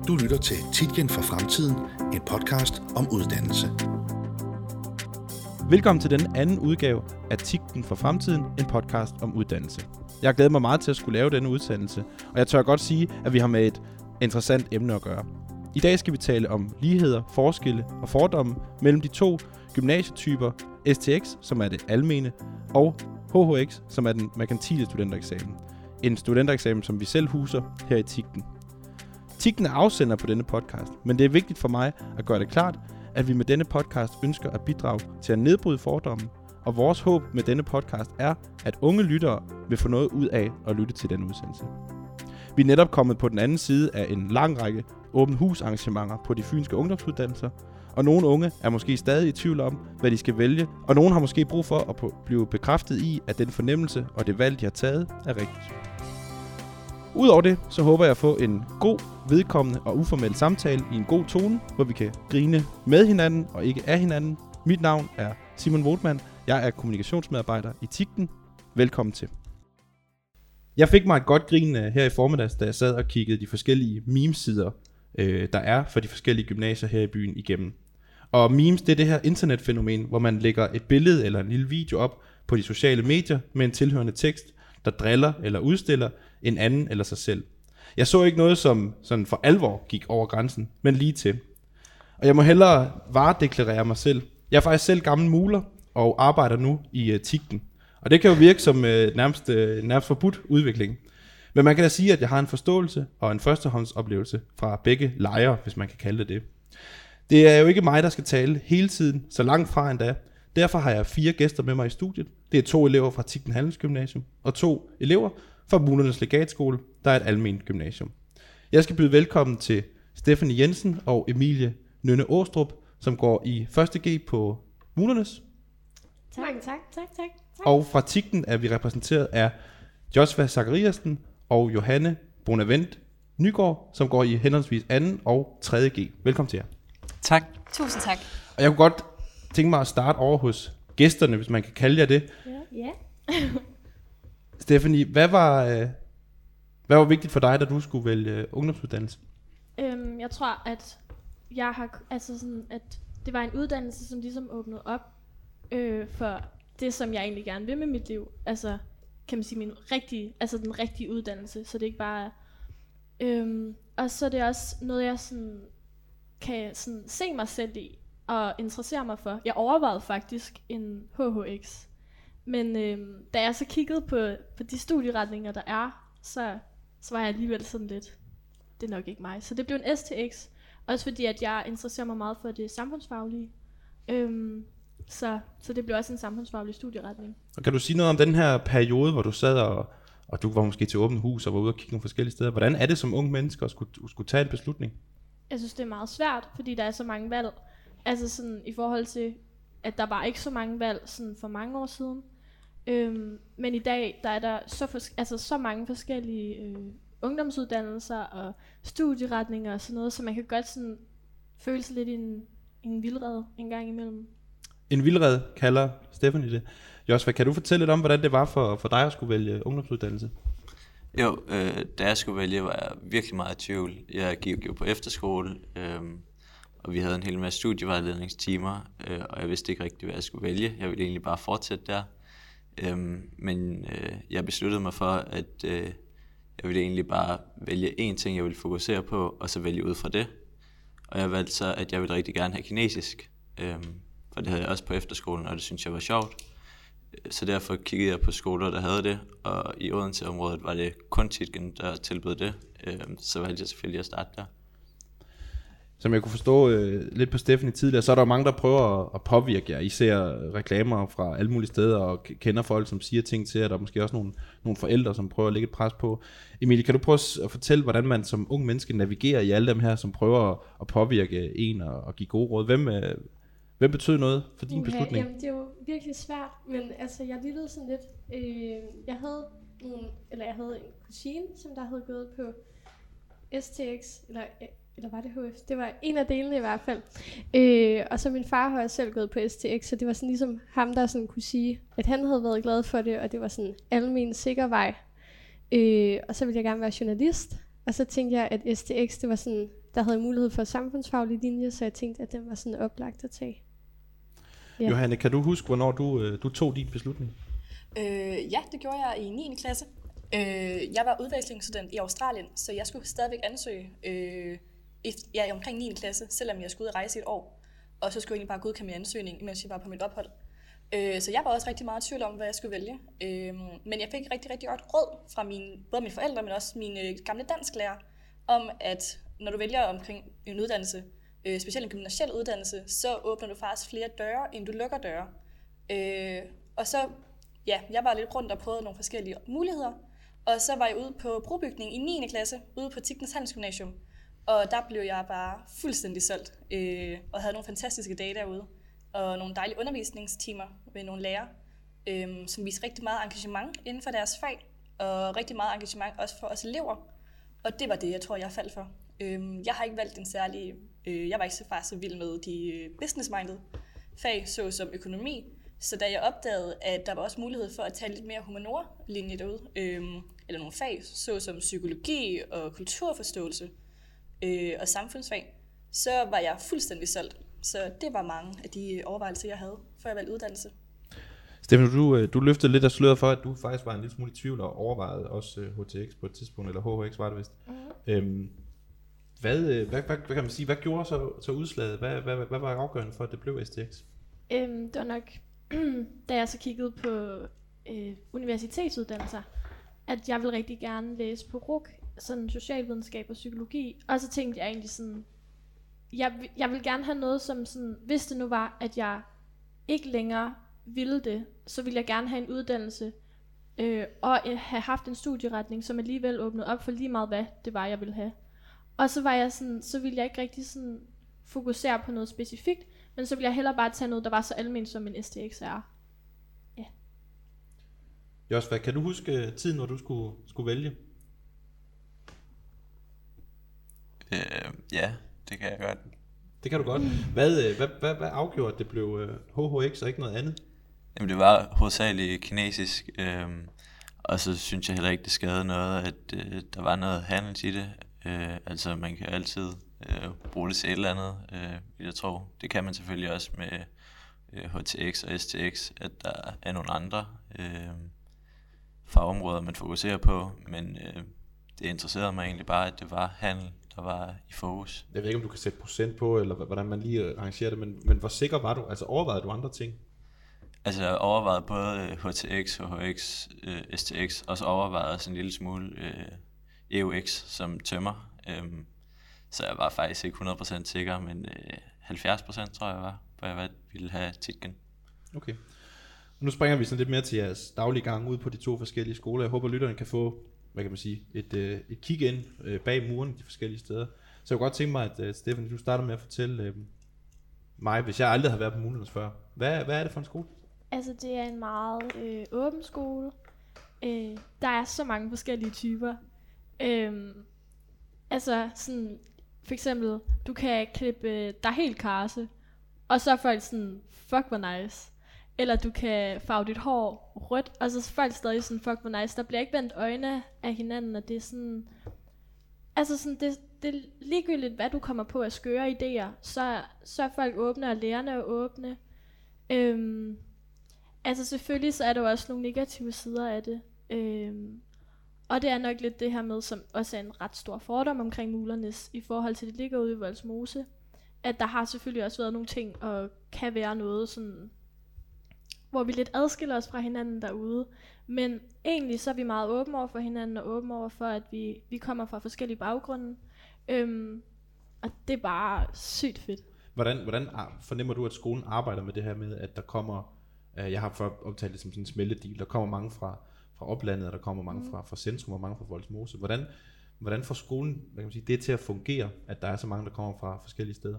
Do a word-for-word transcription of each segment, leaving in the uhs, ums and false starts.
Du lytter til Tietgen for Fremtiden, en podcast om uddannelse. Velkommen til den anden udgave af Tietgen for Fremtiden, en podcast om uddannelse. Jeg har glædet mig meget til at skulle lave denne udsendelse, og jeg tør godt sige, at vi har med et interessant emne at gøre. I dag skal vi tale om ligheder, forskelle og fordomme mellem de to gymnasietyper S T X, som er det almene, og H H X, som er den merkantile studentereksamen. En studentereksamen, som vi selv huser her i Tietgen. Tietgen er afsender på denne podcast, men det er vigtigt for mig at gøre det klart, at vi med denne podcast ønsker at bidrage til at nedbryde fordomme, og vores håb med denne podcast er, at unge lyttere vil få noget ud af at lytte til denne udsendelse. Vi er netop kommet på den anden side af en lang række åben hus arrangementer på de fynske ungdomsuddannelser, og nogle unge er måske stadig i tvivl om, hvad de skal vælge, og nogle har måske brug for at blive bekræftet i, at den fornemmelse og det valg, de har taget, er rigtigt. Udover det, så håber jeg at få en god, vedkommende og uformel samtale i en god tone, hvor vi kan grine med hinanden og ikke af hinanden. Mit navn er Simon Wohlmann. Jeg er kommunikationsmedarbejder i Tietgen. Velkommen til. Jeg fik mig et godt grin her i formiddags, da jeg sad og kiggede de forskellige memesider, øh, der er for de forskellige gymnasier her i byen igennem. Og memes, det er det her internetfænomen, hvor man lægger et billede eller en lille video op på de sociale medier med en tilhørende tekst, der driller eller udstiller en anden eller sig selv. Jeg så ikke noget, som sådan for alvor gik over grænsen, men lige til. Og jeg må hellere varedeklarere mig selv. Jeg er faktisk selv gammel muler og arbejder nu i uh, Tietgen. Og det kan jo virke som uh, nærmest, uh, nærmest forbudt udvikling. Men man kan da sige, at jeg har en forståelse og en førstehåndsoplevelse fra begge lejre, hvis man kan kalde det det. Det er jo ikke mig, der skal tale hele tiden, så langt fra endda. Derfor har jeg fire gæster med mig i studiet. Det er to elever fra Tietgen Handelsgymnasium og to elever fra Mulernes Legatskole, der er et alment gymnasium. Jeg skal byde velkommen til Stephanie Jensen og Emilie Nynne Åstrup, som går i første G på Mulernes. Tak, tak, tak, tak, tak. Og fra Tietgen er vi repræsenteret af Joshua Zachariasen og Johanne Bonavent Nygaard, som går i henholdsvis anden og tredje G. Velkommen til jer. Tak. Tusind tak. Og jeg kunne godt tænke mig at starte over hos gæsterne, hvis man kan kalde jer det. Ja. Ja. Stephanie, hvad var, øh, hvad var vigtigt for dig, da du skulle vælge øh, ungdomsuddannelse? Øhm, jeg tror, at jeg har, altså sådan, at det var en uddannelse, som ligesom åbnede op øh, for det, som jeg egentlig gerne vil med mit liv. Altså, kan man sige, min rigtige, altså den rigtige uddannelse, så det ikke bare er. Øhm, og så er det også noget, jeg sådan, kan sådan se mig selv i og interessere mig for. Jeg overvejede faktisk en H H X. Men øhm, da jeg så kiggede på, på de studieretninger, der er, så, så var jeg alligevel sådan lidt, det er nok ikke mig. Så det blev en S T X, også fordi at jeg interesserer mig meget for det samfundsfaglige. Øhm, så, så det blev også en samfundsfaglig studieretning. Og kan du sige noget om den her periode, hvor du sad og, og du var måske til åbent hus og var ude og kigge nogle forskellige steder. Hvordan er det som ung menneske at skulle, skulle tage en beslutning? Jeg synes, det er meget svært, fordi der er så mange valg. Altså sådan i forhold til, at der var ikke så mange valg sådan for mange år siden. Øhm, men i dag der er der så, fors- altså, så mange forskellige øh, ungdomsuddannelser og studieretninger og sådan noget, så man kan godt sådan føle sig lidt i en, en vildrede en gang imellem. En vildrede kalder Stephanie det. Joshua, kan du fortælle lidt om, hvordan det var for, for dig at skulle vælge ungdomsuddannelse? Jo, øh, da jeg skulle vælge, var jeg virkelig meget i tvivl. Jeg gik jo på efterskole, øh, og vi havde en hel masse studievejledningstimer, øh, og jeg vidste ikke rigtig, hvad jeg skulle vælge. Jeg ville egentlig bare fortsætte der. Øhm, men øh, jeg besluttede mig for, at øh, jeg ville egentlig bare vælge én ting, jeg ville fokusere på, og så vælge ud fra det. Og jeg valgte så, at jeg ville rigtig gerne have kinesisk, øhm, for det havde jeg også på efterskolen, og det synes jeg var sjovt. Så derfor kiggede jeg på skoler, der havde det, og i Odense-området var det kun Tietgen, der tilbød det. Øhm, så valgte jeg selvfølgelig at starte der. Som jeg kunne forstå øh, lidt på Stephanie tidligere, så er der jo mange, der prøver at, at påvirke jer. I ser reklamer fra alle mulige steder og kender folk, som siger ting til jer. Der er måske også nogle, nogle forældre, som prøver at lægge et pres på. Emilie, kan du prøve at fortælle, hvordan man som ung menneske navigerer i alle dem her, som prøver at påvirke en og, og give gode råd? Hvem, øh, hvem betyder noget for din okay, beslutning? Jamen, det er jo virkelig svært, men altså, jeg lyttede sådan lidt. Øh, jeg havde nogle, eller jeg havde en kusine, som der havde gået på S T X, eller eller var det H F? Det var en af delene i hvert fald. Øh, og så min far har også selv gået på S T X, så det var sådan ligesom ham, der sådan kunne sige, at han havde været glad for det, og det var sådan almen sikker vej. Øh, og så ville jeg gerne være journalist. Og så tænkte jeg, at S T X, det var sådan, der havde mulighed for samfundsfaglig linje, så jeg tænkte, at den var sådan oplagt at tage. Ja. Johanne, kan du huske, hvornår du, du tog din beslutning? Øh, ja, det gjorde jeg i niende klasse. Øh, jeg var udvekslingsstudent i Australien, så jeg skulle stadigvæk ansøge øh, efter, ja, omkring niende klasse, selvom jeg skulle ud og rejse et år. Og så skulle jeg egentlig bare godkende min ansøgning, mens jeg var på mit ophold. Øh, så jeg var også rigtig meget i tvivl om, hvad jeg skulle vælge. Øh, men jeg fik rigtig, rigtig godt råd fra mine, både mine forældre, men også mine gamle dansklærer, om at når du vælger omkring en uddannelse, øh, specielt en gymnasiel uddannelse, så åbner du faktisk flere døre, end du lukker døre. Øh, og så, ja, jeg var lidt rundt og prøvede nogle forskellige muligheder. Og så var jeg ude på brobygning i niende klasse, ude på Tikens Handelsgymnasium. Og der blev jeg bare fuldstændig solgt, øh, og havde nogle fantastiske dage derude. Og nogle dejlige undervisningstimer med nogle lærere, øh, som viste rigtig meget engagement inden for deres fag. Og rigtig meget engagement også for os elever. Og det var det, jeg tror, jeg faldt for. Øh, jeg har ikke valgt en særlig... Øh, jeg var ikke så far så vild med de business-minded fag, såsom økonomi. Så da jeg opdagede, at der var også mulighed for at tage lidt mere humaniora-linje derude, øh, eller nogle fag, såsom psykologi og kulturforståelse øh, og samfundsfag, så var jeg fuldstændig solgt. Så det var mange af de overvejelser, jeg havde, før jeg valgte uddannelse. Stefan, du, du løftede lidt af sløret for, at du faktisk var en lille smule i tvivl og overvejede også H T X på et tidspunkt, eller H H X var det vist. Mm. Øhm, hvad, hvad, hvad, hvad kan man sige, hvad gjorde så, så udslaget? Hvad, hvad, hvad var afgørende for, at det blev S T X? Øhm, det var nok, da jeg så kiggede på øh, universitetsuddannelser, at jeg ville rigtig gerne læse på R U C, sådan socialvidenskab og psykologi, og så tænkte jeg egentlig sådan, jeg, jeg vil gerne have noget som sådan, hvis det nu var, at jeg ikke længere ville det, så ville jeg gerne have en uddannelse, øh, og have haft en studieretning, som alligevel åbnede op for lige meget, hvad det var, jeg ville have. Og så var jeg sådan, så ville jeg ikke rigtig sådan fokusere på noget specifikt, men så ville jeg hellere bare tage noget, der var så almindeligt som en S T X er. Ja. Josva, kan du huske tiden, hvor du skulle, skulle vælge? Øh, ja, det kan jeg godt. Det kan du godt. Hvad, hvad, hvad, hvad afgjorde, at det blev H H X og ikke noget andet? Jamen, det var hovedsageligt kinesisk, øh, og så synes jeg heller ikke, det skadede noget, at øh, der var noget handel i det. Øh, altså, man kan altid øh, bruge det til et eller andet, øh, vil jeg tro. Det kan man selvfølgelig også med øh, H T X og S T X, at der er nogle andre øh, fagområder, man fokuserer på, men øh, det interesserede mig egentlig bare, at det var handel, der var i fokus. Jeg ved ikke, om du kan sætte procent på, eller hvordan man lige arrangerer det, men, men hvor sikker var du? Altså overvejede du andre ting? Altså jeg overvejede både H T X, H H X, øh, S T X, og så overvejede også en lille smule øh, E U X som tømmer. Øhm, så jeg var faktisk ikke hundrede procent sikker, men øh, halvfjerds procent tror jeg var, hvor jeg ville have titlen. Okay. Nu springer vi sådan lidt mere til jeres daglige gang ud på de to forskellige skoler. Jeg håber, lytterne kan få, hvad kan man sige, et, øh, et kig ind øh, bag muren de forskellige steder. Så jeg kunne godt tænke mig, at øh, Stefan, du starter med at fortælle øh, mig, hvis jeg aldrig har været på Munernes før. Hvad, hvad er det for en skole? Altså, det er en meget øh, åben skole. Øh, der er så mange forskellige typer. Øh, altså, sådan, for eksempel, du kan klippe øh, dig helt karse, og så er folk sådan, fuck hvor nice. Eller du kan farve dit hår rødt, og så er folk stadig sådan, fuck hvor nice. Der bliver ikke vendt øjne af hinanden, og det er sådan... Altså sådan, det, det er ligegyldigt, hvad du kommer på af skøre idéer, så, så er folk åbne, og lærerne er åbne. Øhm, altså selvfølgelig, så er der jo også nogle negative sider af det. Øhm, og det er nok lidt det her med, som også er en ret stor fordom omkring Mulernes, i forhold til, det ligger ude i Vollsmose. At der har selvfølgelig også været nogle ting, og kan være noget sådan... hvor vi lidt adskiller os fra hinanden derude. Men egentlig så er vi meget åbne over for hinanden, og åbne over for, at vi, vi kommer fra forskellige baggrunde. Øhm, og det er bare sygt fedt. Hvordan, hvordan fornemmer du, at skolen arbejder med det her med, at der kommer, øh, jeg har før omtalt det som sådan en smeltedeal, der kommer mange fra, fra oplandet, og der kommer mange mm. fra, fra centrum, og mange fra Vollsmose. Hvordan, hvordan får skolen, hvad kan man sige, det til at fungere, at der er så mange, der kommer fra forskellige steder?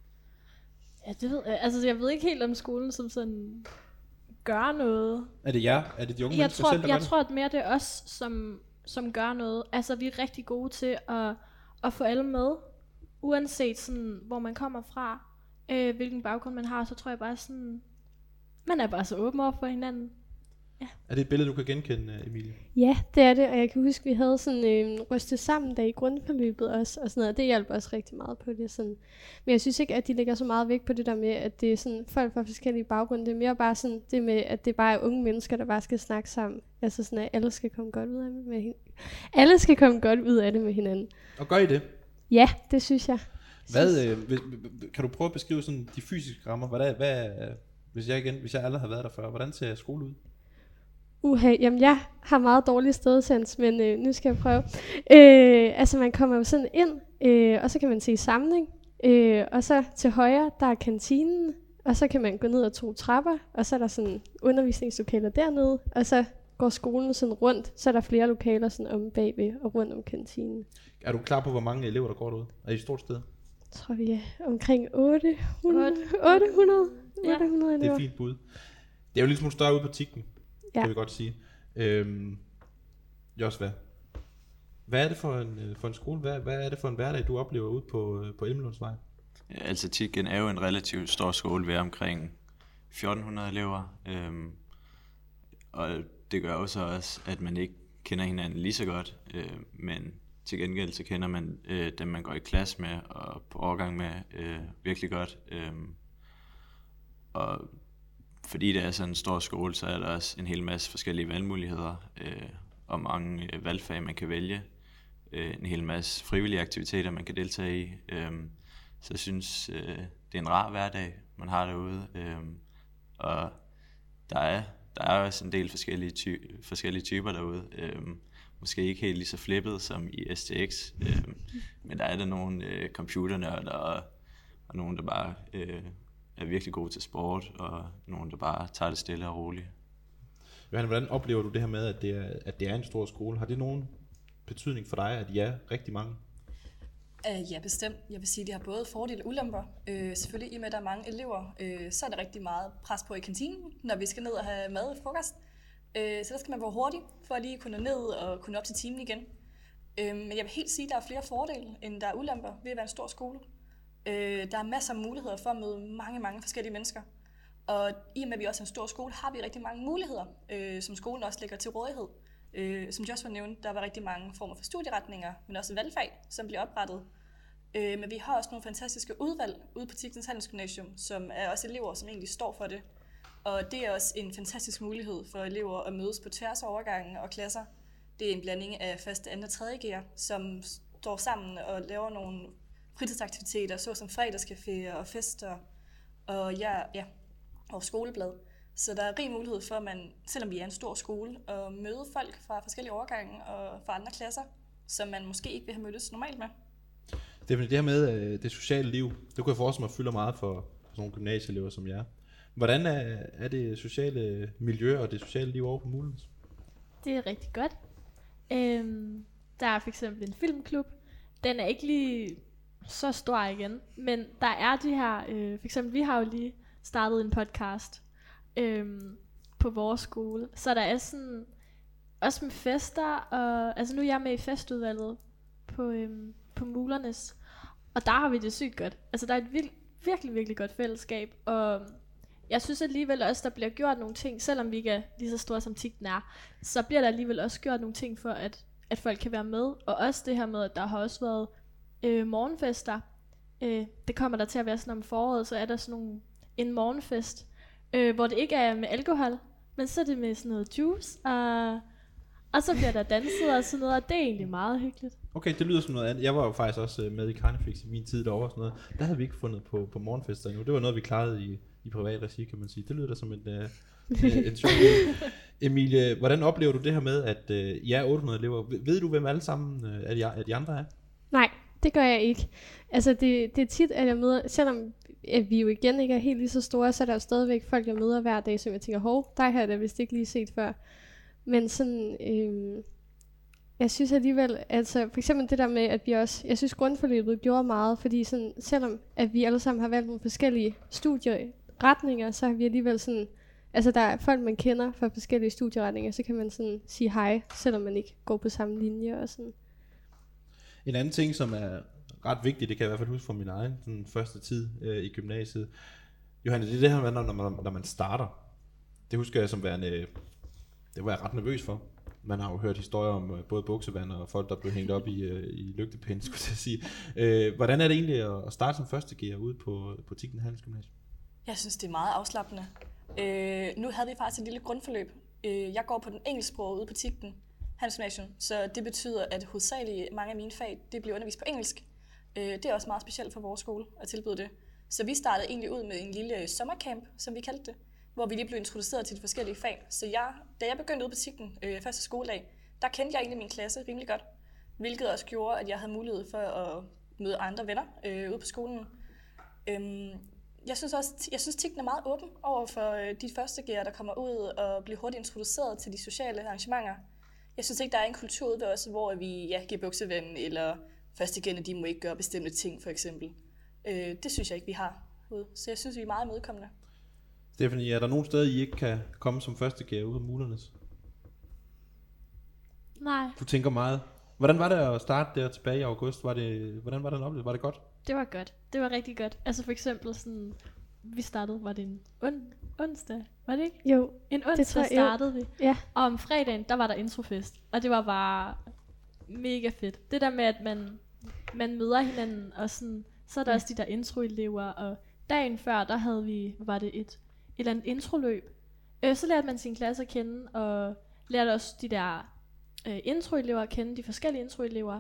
Ja, det ved jeg. Altså, jeg ved ikke helt om skolen som sådan... gør noget. Er det jer? Er det de unge jeg mennesker tror, selv, der Jeg gør tror, at mere det er os, som, som gør noget. Altså, vi er rigtig gode til at, at få alle med, uanset sådan, hvor man kommer fra, øh, hvilken baggrund man har, så tror jeg bare sådan, man er bare så åben over for hinanden. Ja. Er det et billede, du kan genkende, Emilie? Ja, det er det, og jeg kan huske, vi havde sådan en øh, ryste sammen dag i grundforløbet også, og sådan noget. Det hjalp også rigtig meget på det. Sådan. Men jeg synes ikke, at de lægger så meget vægt på det der med, at det er sådan folk fra forskellige baggrunde. Det er mere bare sådan det med, at det bare er unge mennesker, der bare skal snakke sammen. Altså sådan, at alle skal komme godt ud af det med hinanden. Alle skal komme godt ud af det med hinanden. Og gør I det? Ja, det synes jeg. Hvad, øh, hvis- kan du prøve at beskrive sådan de fysiske rammer? Hvad, hvad, hvis jeg igen, hvis jeg aldrig har været der før, hvordan ser skole ud? Uha, jamen jeg har meget dårlig stedsans, men øh, nu skal jeg prøve. Øh, altså man kommer jo sådan ind, øh, og så kan man se samling, øh, og så til højre, der er kantinen, og så kan man gå ned ad to trapper, og så er der sådan undervisningslokaler dernede, og så går skolen sådan rundt, så er der flere lokaler sådan om bagved og rundt om kantinen. Er du klar på, hvor mange elever, der går derude? Er I et stort sted? Jeg tror vi er omkring otte hundrede, otte hundrede, Ja. otte hundrede Det er elever. et fint bud. Det er jo lidt smule større ude på Tikken, Ja. kan vi godt sige. Øhm, Josva, hvad er det for en, øh, for en skole? Hvad, hvad er det for en hverdag, du oplever ude på, øh, på Elmelundsvej? Ja, altså Tikken er jo en relativt stor skole, vi er omkring fjorten hundrede elever, øhm, og det gør også også, at man ikke kender hinanden lige så godt, øh, men til gengæld så kender man øh, dem, man går i klasse med og på årgang med øh, virkelig godt. Øh, og fordi det er sådan en stor skole, så er der også en hel masse forskellige valgmuligheder øh, og mange øh, valgfag, man kan vælge. Øh, en hel masse frivillige aktiviteter, man kan deltage i. Øh, så jeg synes, øh, det er en rar hverdag, man har derude. Øh, og der er, der er også en del forskellige, ty- forskellige typer derude. Øh, måske ikke helt lige så flippet som i S T X, øh, men der er der nogle øh, computernørder og, og nogle, der bare øh, er virkelig gode til sport, og nogle, der bare tager det stille og roligt. Johan, hvordan oplever du det her med, at det er, at det er en stor skole? Har det nogen betydning for dig, at I er rigtig mange? Uh, ja, bestemt. Jeg vil sige, at det har både fordele og ulemper. Uh, selvfølgelig i og med, at der er mange elever, uh, så er der rigtig meget pres på i kantinen, når vi skal ned og have mad og frokost. Uh, så der skal man være hurtig for at lige kunne nå ned og kunne op til timen igen. Uh, men jeg vil helt sige, at der er flere fordele, end der er ulemper ved at være en stor skole. Uh, der er masser af muligheder for at møde mange, mange forskellige mennesker. Og i og med, at vi også er en stor skole, har vi rigtig mange muligheder, uh, som skolen også lægger til rådighed. Uh, som Joshua nævnte, der var rigtig mange former for studieretninger, men også valgfag, som bliver oprettet. Uh, men vi har også nogle fantastiske udvalg ude på Tikens Handelsgymnasium, som er også elever, som egentlig står for det. Og det er også en fantastisk mulighed for elever at mødes på tværs af overgangen og klasser. Det er en blanding af første, anden og tredje G'er, som står sammen og laver nogle fritidsaktiviteter, såsom fredagscaféer og fester og, ja, ja, og skoleblad. Så der er rig mulighed for, at man, selvom vi er en stor skole, at møde folk fra forskellige overgange og fra andre klasser, som man måske ikke vil have mødtes normalt med. Det er det her med øh, det sociale liv. Det kunne jeg forestille mig fylder meget for, for sådan nogle gymnasieelever som jer. Hvordan er, er det sociale miljø og det sociale liv over på Muldens? Det er rigtig godt. Øhm, der er for eksempel en filmklub. Den er ikke lige så stor igen, men der er de her, øh, for eksempel vi har jo lige startet en podcast øhm, på vores skole, så der er sådan, også med fester, og altså nu er jeg med i festudvalget på, øhm, på Mulernes, og der har vi det sygt godt. Altså der er et vildt, virkelig, virkelig godt fællesskab, og jeg synes alligevel også, der bliver gjort nogle ting, selvom vi ikke er lige så store som Tikten er, så bliver der alligevel også gjort nogle ting for, at, at folk kan være med. Og også det her med, at der har også været øh, morgenfester. Øh, det kommer der til at være sådan om foråret, så er der sådan nogle, en morgenfest, øh, hvor det ikke er med alkohol, men så er det med sådan noget juice, og, og så bliver der danset og sådan noget, og det er egentlig meget hyggeligt. Okay, det lyder som noget andet. Jeg var jo faktisk også med i Carnifix i min tid derovre og sådan noget. Der havde vi ikke fundet på, på morgenfester endnu. Det var noget, vi klarede i, i privat regi, kan man sige. Det lyder da som et, uh, et sjovt liv. Emilie, hvordan oplever du det her med, at uh, I er otte hundrede elever? Ved du, hvem alle sammen uh, er, de, er de andre er? Nej, det gør jeg ikke. Altså det, det er tit, at jeg møder, selvom at vi jo igen ikke er helt lige så store, så er der jo stadigvæk folk, jeg møder hver dag, som jeg tænker, hov, dig har jeg da vist ikke lige set før. Men sådan, øhm, jeg synes alligevel, altså for eksempel det der med, at vi også, jeg synes grundforløbet gjorde meget, fordi sådan, selvom at vi alle sammen har valgt nogle forskellige studieretninger, så har vi alligevel sådan, altså der er folk, man kender fra forskellige studieretninger, så kan man sådan sige hej, selvom man ikke går på samme linje og sådan. En anden ting, som er ret vigtigt, det kan jeg i hvert fald huske fra min egen den første tid øh, i gymnasiet. Johanne, det er det her med, når man, når man starter. Det husker jeg som værende Det var jeg ret nervøs for. Man har jo hørt historier om øh, både buksevand og folk, der blev hængt op i, øh, i lygtepinde, skulle jeg sige. Øh, hvordan er det egentlig at starte som første gear ude på, på Tikken Handelsgymnasium? Jeg synes, det er meget afslappende. Øh, nu havde vi faktisk et lille grundforløb. Øh, jeg går på den engelsksprogede ude på Tikken Handelsgymnasium, så det betyder, at hovedsageligt mange af mine fag det bliver undervist på engelsk. Øh, det er også meget specielt for vores skole at tilbyde det. Så vi startede egentlig ud med en lille sommercamp, som vi kaldte det, hvor vi lige blev introduceret til de forskellige fag. Så jeg, da jeg begyndte ude på Tikken øh, første skoledag, der kendte jeg egentlig min klasse rimelig godt, hvilket også gjorde, at jeg havde mulighed for at møde andre venner øh, ude på skolen. Øhm, jeg synes også, jeg synes Tikken er meget åben over for øh, de første gear, der kommer ud og bliver hurtigt introduceret til de sociale arrangementer. Jeg synes ikke, der er en kultur ude ved os, hvor vi ja, giver buksevand, eller første gear, de må ikke gøre bestemte ting, for eksempel. Øh, det synes jeg ikke, vi har ude. Så jeg synes, vi er meget imødekommende. Stephanie, er der nogen steder, I ikke kan komme som første gear ude af Mulernes? Nej. Du tænker meget. Hvordan var det at starte der tilbage i august? Var det, hvordan var det en oplevelse? Var det godt? Det var godt. Det var rigtig godt. Altså for eksempel sådan, vi startede, var det en on- onsdag? Var det ikke? Jo. En onsdag tror jeg, startede vi. Ja. Og om fredagen, der var der introfest. Og det var bare mega fedt. Det der med, at man, man møder hinanden, og sådan, så er der ja. også de der introelever. Og dagen før, der havde vi, var det et, et eller andet introløb. Øh, så lærte man sin klasse at kende, og lærte også de der øh, introelever at kende, de forskellige introelever.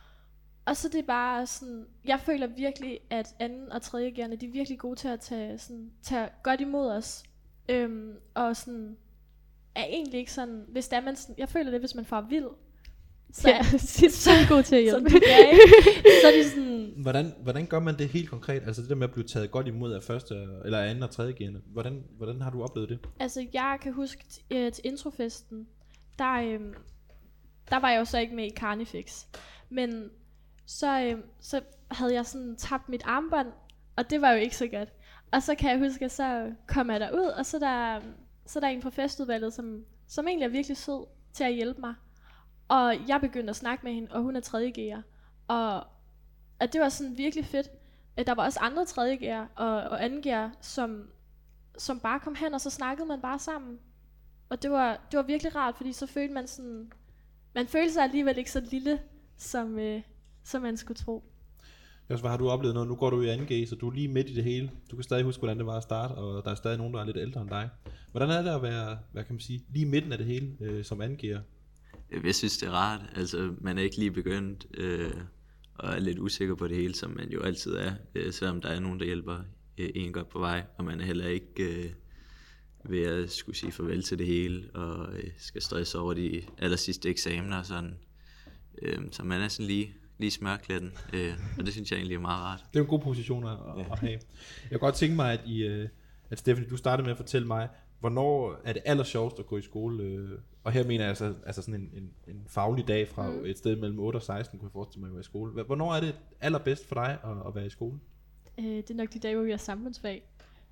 Og så det er bare sådan, jeg føler virkelig, at anden og tredje gearne, de er virkelig gode til at tage, sådan, tage godt imod os. Øhm, og sådan, er egentlig ikke sådan, hvis der er man sådan, jeg føler det, hvis man får vild, så ja, er så er god til at hjælpe. så, ja, ikke? Så er de sådan, Hvordan, hvordan gør man det helt konkret? Altså det der med at blive taget godt imod af første, eller anden og tredje gearne. Hvordan, hvordan har du oplevet det? altså jeg kan huske t- øh, til introfesten, der, øhm, der var jeg jo så ikke med i Carnifex, men så, øhm, så havde jeg sådan tabt mit armbånd, og det var jo ikke så godt. Og så kan jeg huske, at så kom jeg derud, og så der, så der er en på festudvalget, som, som egentlig er virkelig sød til at hjælpe mig. Og jeg begyndte at snakke med hende, og hun er tredje gear. Og at det var sådan virkelig fedt. Der var også andre tredje gear og, og anden gear, som, som bare kom hen, og så snakkede man bare sammen. Og det var, det var virkelig rart, fordi så følte man sådan, man følte sig alligevel ikke så lille, som, øh, som man skulle tro. Hvad har du oplevet noget? Nu går du i anden G, så du er lige midt i det hele. Du kan stadig huske, hvordan det var at starte, og der er stadig nogen, der er lidt ældre end dig. Hvordan er det at være, hvad kan man sige, lige i midten af det hele, øh, som anden G'er? Jeg synes, det er rart. Altså, man er ikke lige begyndt, øh, og er lidt usikker på det hele, som man jo altid er, øh, selvom der er nogen, der hjælper øh, en godt på vej, og man er heller ikke øh, ved at skulle sige farvel til det hele, og øh, skal stresse over de aller sidste eksamener og sådan. Øh, så man er sådan lige, lige smørklæden, øh, og det synes jeg egentlig er meget rart. Det er en god position at, at have. Jeg kan godt tænke mig, at, I, øh, at Stephanie, du startede med at fortælle mig, hvornår er det aller sjovest at gå i skole? Øh, og her mener jeg altså, altså sådan en, en, en faglig dag fra mm. et sted mellem otte og seksten, kunne jeg forestille mig at være i skole. Hvornår er det allerbedst for dig at, at være i skole? Øh, det er nok de dage, hvor vi har samfundsfag.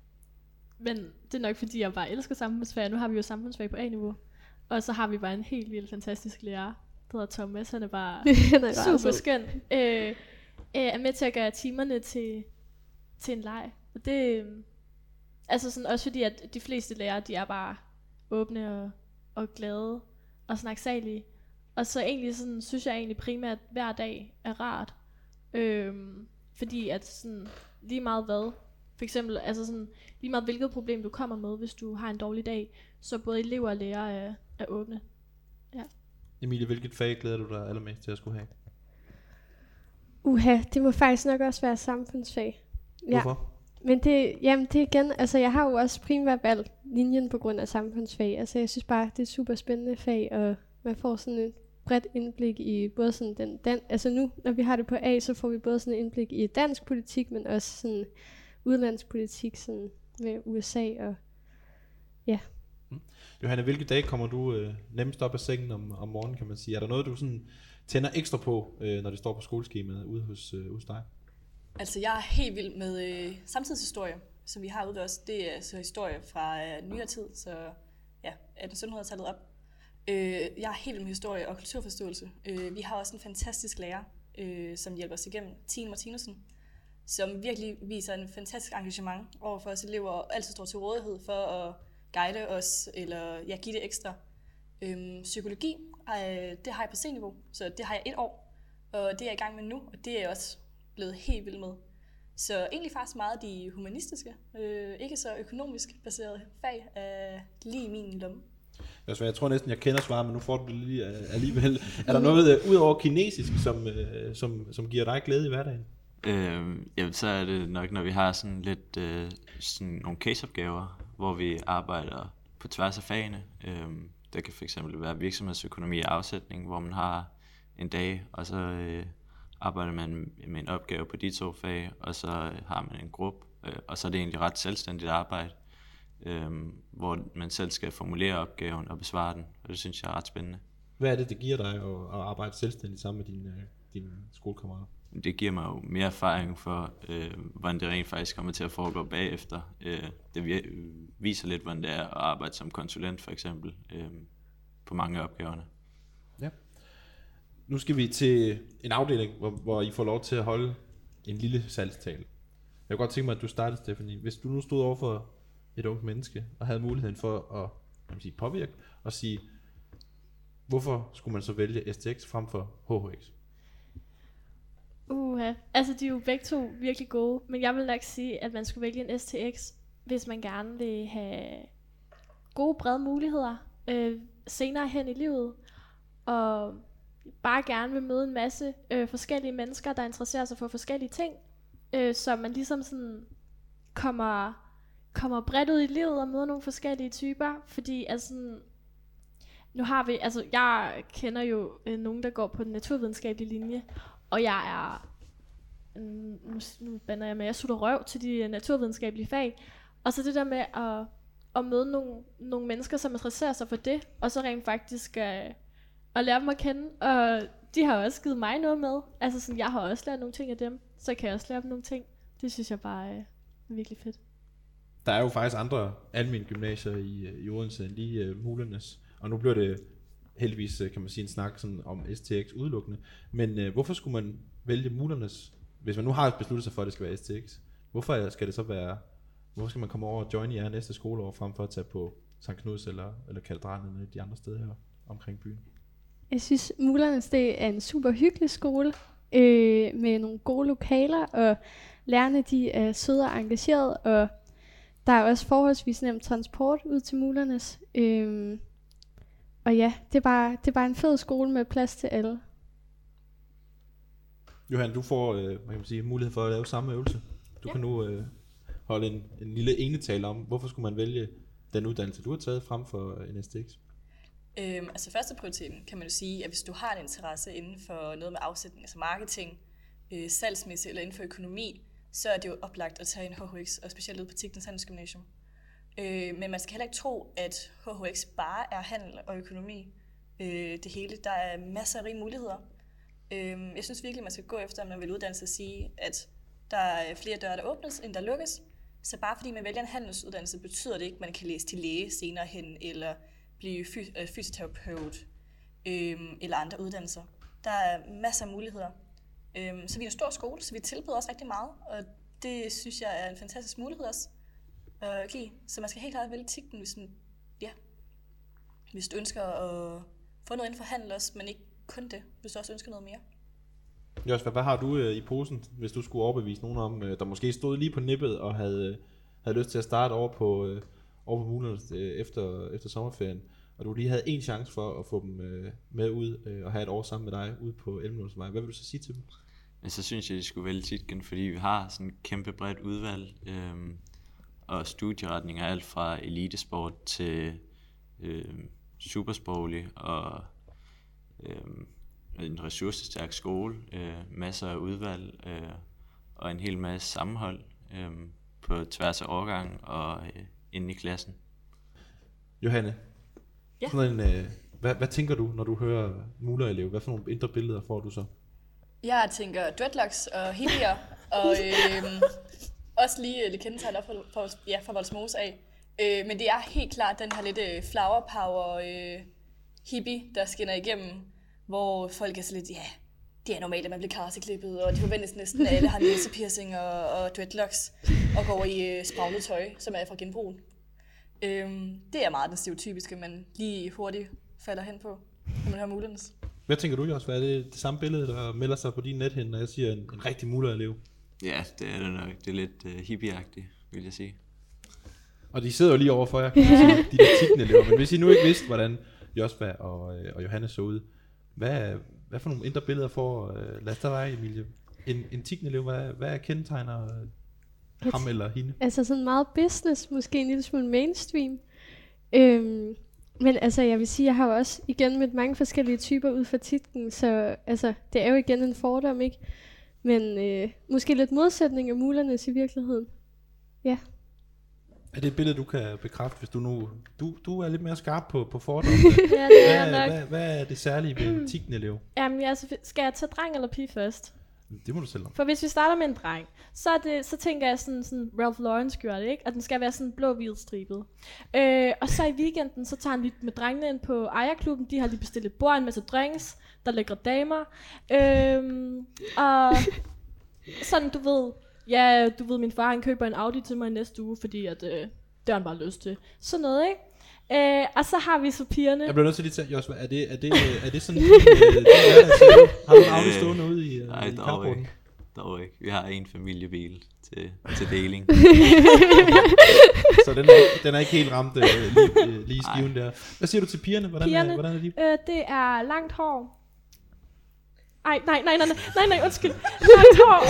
Men det er nok fordi, jeg bare elsker samfundsfag. Nu har vi jo samfundsfag på A-niveau. Og så har vi bare en helt vildt fantastisk lærer, der hedder Thomas. Han er bare er super skøn. Øh, øh, er med til at gøre timerne til, til en leg. Og det øh, altså sådan også fordi, at de fleste lærere, de er bare åbne og, og glade og snaksalige. Og så egentlig sådan, synes jeg egentlig primært, at hver dag er rart. Øh, fordi at sådan, lige meget hvad, for eksempel, altså sådan, lige meget hvilket problem du kommer med, hvis du har en dårlig dag, så både elever og lærere er, er åbne. Ja. Emilie, hvilket fag glæder du dig allermest til at skulle have? Uha, det må faktisk nok også være samfundsfag. Ja. Hvorfor? Men det, jamen det igen, altså jeg har jo også primært valgt linjen på grund af samfundsfag. Altså jeg synes bare, det er et super spændende fag, og man får sådan et bredt indblik i både sådan den, den altså nu, når vi har det på A, så får vi både sådan et indblik i dansk politik, men også sådan udlandspolitik, sådan med U S A og ja. Mm. Johanna, hvilke dage kommer du øh, nemmest op af sengen om, om morgenen, kan man sige? Er der noget, du sådan tænder ekstra på, øh, når det står på skoleskemaet ude hos, øh, hos dig? Altså jeg er helt vild med øh, samtidshistorie, som vi har ude også. Det er altså historie fra øh, nyere tid, så ja, attenhundredetallet op. Øh, jeg er helt vild med historie og kulturforståelse. Øh, vi har også en fantastisk lærer, øh, som hjælper os igennem, Tine Martinussen, som virkelig viser en fantastisk engagement over for os elever, og altid står til rådighed for at guide os, eller ja, give det ekstra. Øhm, psykologi, øh, det har jeg på C-niveau, så det har jeg et år, og det er jeg i gang med nu, og det er jeg også blevet helt vild med. Så egentlig faktisk meget de humanistiske, øh, ikke så økonomisk baserede fag, er lige i min lomme. Altså, jeg tror næsten, jeg kender svaret, men nu får du det lige alligevel. Er der noget uh, ud over kinesisk, som, uh, som, som giver dig glæde i hverdagen? Øh, jamen, så er det nok, når vi har sådan lidt øh, sådan nogle caseopgaver, hvor vi arbejder på tværs af fagene. Øh, det kan fx være virksomhedsøkonomi og afsætning, hvor man har en dag, og så øh, arbejder man med en opgave på de to fag, og så har man en gruppe, øh, og så er det egentlig ret selvstændigt arbejde, øh, hvor man selv skal formulere opgaven og besvare den, og det synes jeg er ret spændende. Hvad er det, det giver dig at, at arbejde selvstændigt sammen med dine, dine skolekammerater? Det giver mig jo mere erfaring for, øh, hvordan det rent faktisk kommer til at foregå bagefter. Øh, det viser lidt, hvordan det er at arbejde som konsulent for eksempel, øh, på mange af opgaverne. Ja. Nu skal vi til en afdeling, hvor, hvor I får lov til at holde en lille salgstale. Jeg kunne godt tænke mig, at du startede, Stephanie. Hvis du nu stod over for et ungt menneske, og havde muligheden for at kan man sige, påvirke, og sige, hvorfor skulle man så vælge S T X frem for H H X? Uha, altså de er jo begge to virkelig gode, men jeg vil nok sige, at man skulle vælge en S T X, hvis man gerne vil have gode, brede muligheder øh, senere hen i livet, og bare gerne vil møde en masse øh, forskellige mennesker, der interesserer sig for forskellige ting, øh, så man ligesom sådan kommer, kommer bredt ud i livet og møder nogle forskellige typer, fordi altså nu har vi, altså jeg kender jo øh, nogen, der går på den naturvidenskabelige linje, og jeg er, nu, nu bander jeg med, jeg sutter røv til de naturvidenskabelige fag, og så det der med at, at møde nogle, nogle mennesker, som interesserer sig for det, og så rent faktisk uh, at lære dem at kende, og de har også givet mig noget med, altså sådan, jeg har også lært nogle ting af dem, så kan jeg også lære dem nogle ting, det synes jeg bare er virkelig fedt. Der er jo faktisk andre almene gymnasier i, i Odense end lige uh, Mulernes, og nu bliver det heldigvis, kan man sige, en snak sådan om S T X udelukkende. Men øh, hvorfor skulle man vælge Mulernes, hvis man nu har besluttet sig for, at det skal være S T X? Hvorfor skal det så være, hvorfor skal man komme over og joine jer næste skoleår, frem for at tage på Sankt Knuds eller, eller Katedralen eller de andre steder her omkring byen? Jeg synes, Mulernes det er en super hyggelig skole, øh, med nogle gode lokaler, og lærerne de er søde og engageret, og der er også forholdsvis nemt transport ud til Mulernes. Øh, Og ja, det er, bare, det er bare en fed skole med plads til alle. Johan, du får øh, man kan sige, mulighed for at lave samme øvelse. Du ja. kan nu øh, holde en, en lille enetale om, hvorfor skulle man vælge den uddannelse, du har taget frem for en S T X? Øhm, altså første prioriteten kan man jo sige, at hvis du har en interesse inden for noget med afsætning, altså marketing, øh, salgsmæssigt eller inden for økonomi, så er det jo oplagt at tage en H H X, og specielt ud på Tikens Handelsgymnasium. Øh, men man skal heller ikke tro, at H H X bare er handel og økonomi. Øh, det hele, der er masser af rige muligheder. Øh, jeg synes virkelig, man skal gå efter, at man vil uddanne sig og sige, at der er flere døre, der åbnes, end der lukkes. Så bare fordi man vælger en handelsuddannelse, betyder det ikke, at man kan læse til læge senere hen, eller blive fys- fysioterapeut, øh, eller andre uddannelser. Der er masser af muligheder. Øh, så vi er en stor skole, så vi tilbyder også rigtig meget, og det synes jeg er en fantastisk mulighed også. Uh, så man skal helt klart vælge Tikten, hvis, man, ja, hvis du ønsker at få noget inden for handel også, men ikke kun det, hvis du også ønsker noget mere. Jos, hvad, hvad har du øh, i posen, hvis du skulle overbevise nogen om, øh, der måske stod lige på nippet og havde, øh, havde lyst til at starte over på, øh, over på Mulernes øh, efter, efter sommerferien, og du lige havde en chance for at få dem øh, med ud øh, og have et år sammen med dig ude på Elmelundsvej. Hvad vil du så sige til dem? Men så synes jeg, at de skulle vælge Tikten, fordi vi har sådan et kæmpe bredt udvalg, øh, og studieretninger, alt fra elitesport til øh, supersproglig og øh, en ressourcestærk skole, øh, masser af udvalg øh, og en hel masse sammenhold øh, på tværs af årgang og øh, inde i klassen. Johanne, ja. sådan en, øh, hvad, hvad tænker du, når du hører Muler-elev? Hvad for nogle indre billeder får du så? Jeg tænker dreadlocks og hippier og øh, også lige lidt kendetegn op for, for, ja, for Vollsmose af. Øh, men det er helt klart den her lidt øh, flower power øh, hippie, der skinner igennem, hvor folk er så lidt, ja, det er normalt, at man bliver karseklippet, og det forventes næsten, at alle har næsepiercing og, og dreadlocks, og går i øh, spraglet tøj, som er fra genbrugen. Øh, det er meget den stereotypiske, man lige hurtigt falder hen på, når man har muligheden. Hvad tænker du, Jos? Hvad er det, det samme billede, der melder sig på din nethinde, når jeg siger en, en rigtig mulerelev? Ja, det er det nok. Det er lidt uh, hippieagtigt, vil jeg sige. Og de sidder jo lige over for jer, kan man sige, de der tikkende elever. Men hvis I nu ikke vidste, hvordan Josva og, og Johannes så ud, hvad, hvad for nogle indre billeder får uh, lad os tage dig, Emilie? En, en tikkende elev, hvad, hvad kendetegner uh, ham eller hende? Altså sådan meget business, måske en lille smule mainstream. Øhm, men altså jeg vil sige, jeg har jo også igen mødt mange forskellige typer ud fra titlen, så altså det er jo igen en fordom, ikke? Men øh, måske lidt modsætning af mulernes i virkeligheden. Ja. Er det et billede, du kan bekræfte, hvis du nu... Du, du er lidt mere skarp på, på fordomme. Ja, det er hvad, nok. hvad, hvad er det særlige ved en tikkende elev? Jamen, altså, skal jeg tage dreng eller pige først? Det må du selv om. For hvis vi starter med en dreng, så, er det, så tænker jeg sådan, sådan Ralph Lauren gjorde det, ikke? At den skal være sådan blå-hvid stribet. Øh, og så i weekenden, så tager han lige med drengene ind på ejerklubben. De har lige bestilt et bord, en masse drinks, der lækre damer. Øh, og sådan, du ved, ja, du ved, min far, han køber en Audi til mig næste uge, fordi at, øh, det har han bare lyst til. Sådan noget, ikke? Øh, og så har vi så pigerne. Jeg bliver nødt til lige at Josva, er det, er det, er det sådan en, øh, det er, altså, har du en Audi stående ude i, uh, Nej, i dog carporten? ikke. Dog ikke. Vi har en familiebil til, til deling. Så den er, ikke, den er ikke helt ramt uh, lige, uh, lige i skiven der. Hvad siger du til pigerne? Hvordan, Pigerne, er, hvordan er de? Øh, det er langt hår. Ej, nej, nej, nej, nej, nej, nej, undskyld. Langt hår.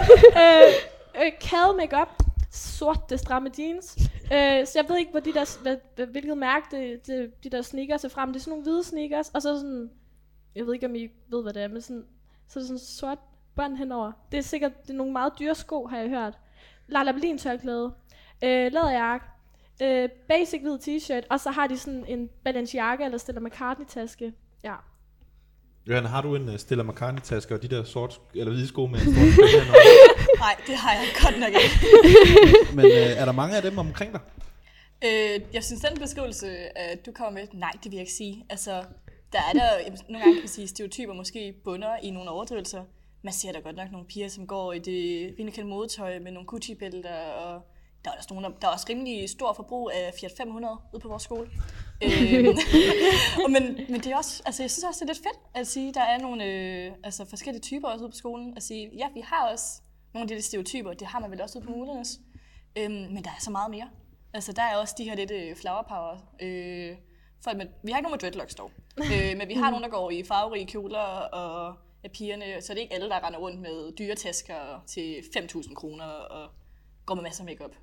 øh, øh, Kade makeup. Sorte, stramme jeans. Øh, så jeg ved ikke, hvor de der, hvad, hvilket mærke det, det, de der sneakers er frem. Det er sådan nogle hvide sneakers, og så sådan, jeg ved ikke, om I ved, hvad det er, men sådan, så er det sådan sort bånd henover. Det er sikkert, det er nogle meget dyre sko, har jeg hørt. Lala Berlin tørklæde. Øh, læderjakke. Øh, basic hvid t-shirt, og så har de sådan en Balenciaga eller Stella McCartney taske. Ja. Johan, har du en uh, Stella McCartney-taske og de der sort, eller hvide sko med en stor spænd henover? Nej, det har jeg godt nok ikke. Men uh, er der mange af dem omkring dig? Øh, jeg synes, den beskrivelse, øh, du kommer med, nej, det vil jeg ikke sige. Altså, der er der jamen, nogle gange, kan man sige, stereotyper måske bunder i nogle overdrivelser. Man ser da godt nok nogle piger, som går i det rimelig kendt modetøj med nogle Gucci-bælter, og der er, også nogle, der er også rimelig stor forbrug af Fiat fem hundrede ude på vores skole. øh, men, men det er også, altså jeg synes også, det er lidt fedt at sige, at der er nogle øh, altså forskellige typer også ude på skolen. At sige, ja, vi har også nogle af de stereotyper, det har man vel også ude på mulernes. Øh, men der er så meget mere. Altså der er også de her lidt øh, flower power. Øh, folk med, vi har ikke nogen med dreadlocks dog, øh, men vi har nogen, der går i farverige kjoler og af pigerne, så det er ikke alle, der render rundt med dyre tasker til fem tusind kroner og går med masser af makeup.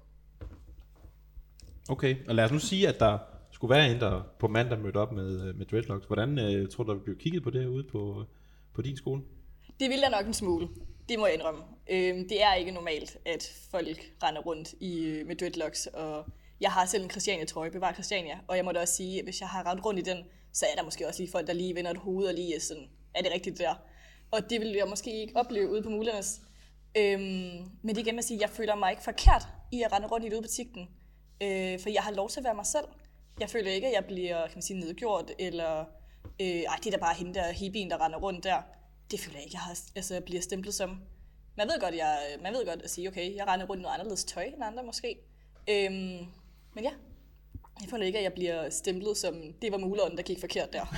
Okay, og lad os nu sige, at der skulle være en, der på mandag mødte op med, med dreadlocks. Hvordan øh, tror du, der blev kigget på det ude på, på din skole? Det vil jeg nok en smule. Det må jeg indrømme. Øhm, det er ikke normalt, at folk render rundt i, med dreadlocks, og jeg har selv en Christiania-trøje, bevar Christiania, og jeg må da også sige, at hvis jeg har rendt rundt i den, så er der måske også lige folk, der lige vender et hoved og lige er sådan, er det rigtigt der? Og det vil jeg måske ikke opleve ude på mulernes. Øhm, men det igen med at sige, at jeg føler mig ikke forkert i at rende rundt i det ude på butikken. Øh, for jeg har lov til at være mig selv. Jeg føler ikke, at jeg bliver, kan man sige, nedgjort, eller øh, ej, det er da bare hende der hippien, der render rundt der. Det føler jeg ikke, jeg, har, altså, jeg bliver stemplet som. Man ved godt, jeg, man ved godt at sige, okay, jeg render rundt i noget anderledes tøj end andre måske. Øhm, men ja, jeg føler ikke, at jeg bliver stemplet som, det var muleren, der gik forkert der.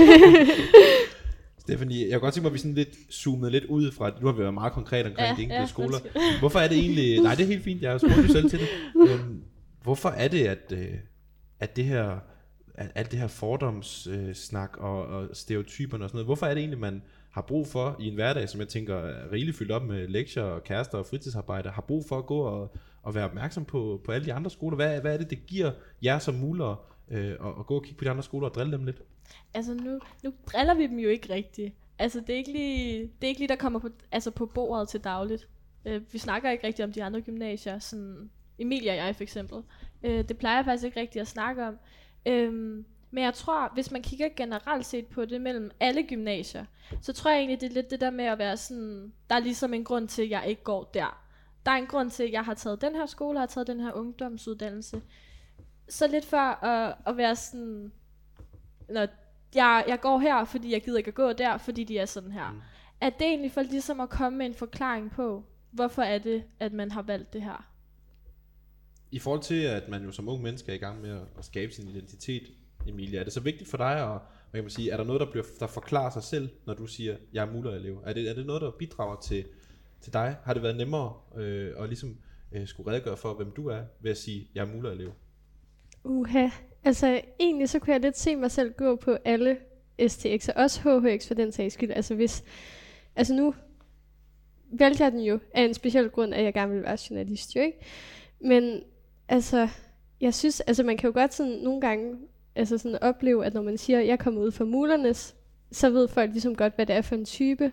Stephanie, jeg kan godt tænke mig, at vi sådan lidt zoomede lidt ud fra, nu har vi været meget konkret omkring Ja, de enkelte ja, skoler. undskyld. Hvorfor er det egentlig, nej det er helt fint, jeg har spurgt jo selv til det. Øhm, hvorfor er det, at, øh, at det her, at alt det her fordomssnak og, og stereotyperne og sådan noget, hvorfor er det egentlig, man har brug for i en hverdag, som jeg tænker er rigeligt fyldt op med lektier og kærester og fritidsarbejde, har brug for at gå og, og være opmærksom på, på alle de andre skoler? Hvad, hvad er det, det giver jer som mulere øh, at, at gå og kigge på de andre skoler og drille dem lidt? Altså nu, nu driller vi dem jo ikke rigtigt. Altså det er ikke lige, det er ikke lige der kommer på, altså på bordet til dagligt. Uh, vi snakker ikke rigtig om de andre gymnasier, sådan Emilie og jeg for eksempel. Uh, det plejer jeg faktisk ikke rigtig at snakke om. Uh, men jeg tror, hvis man kigger generelt set på det mellem alle gymnasier, så tror jeg egentlig, det er lidt det der med at være sådan, der er ligesom en grund til, at jeg ikke går der. Der er en grund til, at jeg har taget den her skole, har taget den her ungdomsuddannelse. Så lidt for at, at være sådan, når jeg, jeg går her, fordi jeg gider ikke at gå der, fordi de er sådan her. Mm. Er det egentlig for ligesom at komme med en forklaring på, hvorfor er det, at man har valgt det her? I forhold til, at man jo som ung menneske er i gang med at, at skabe sin identitet, Emilie, er det så vigtigt for dig at, hvad kan man sige, er der noget, der, bliver, der forklarer sig selv, når du siger, jeg er mulerelev? Er det, er det noget, der bidrager til, til dig? Har det været nemmere øh, at ligesom øh, skulle redegøre for, hvem du er, ved at sige, jeg er mulerelev? Uha, altså egentlig så kunne jeg lidt se mig selv gå på alle S T X, og også H H X for den sags skyld. Altså hvis, altså nu valgte jeg den jo af en speciel grund, at jeg gerne ville være journalist, jo ikke? Men altså, jeg synes, altså man kan jo godt sådan nogle gange altså sådan opleve, at når man siger, at jeg kommer ud fra Mulernes, så ved folk ligesom godt, hvad det er for en type.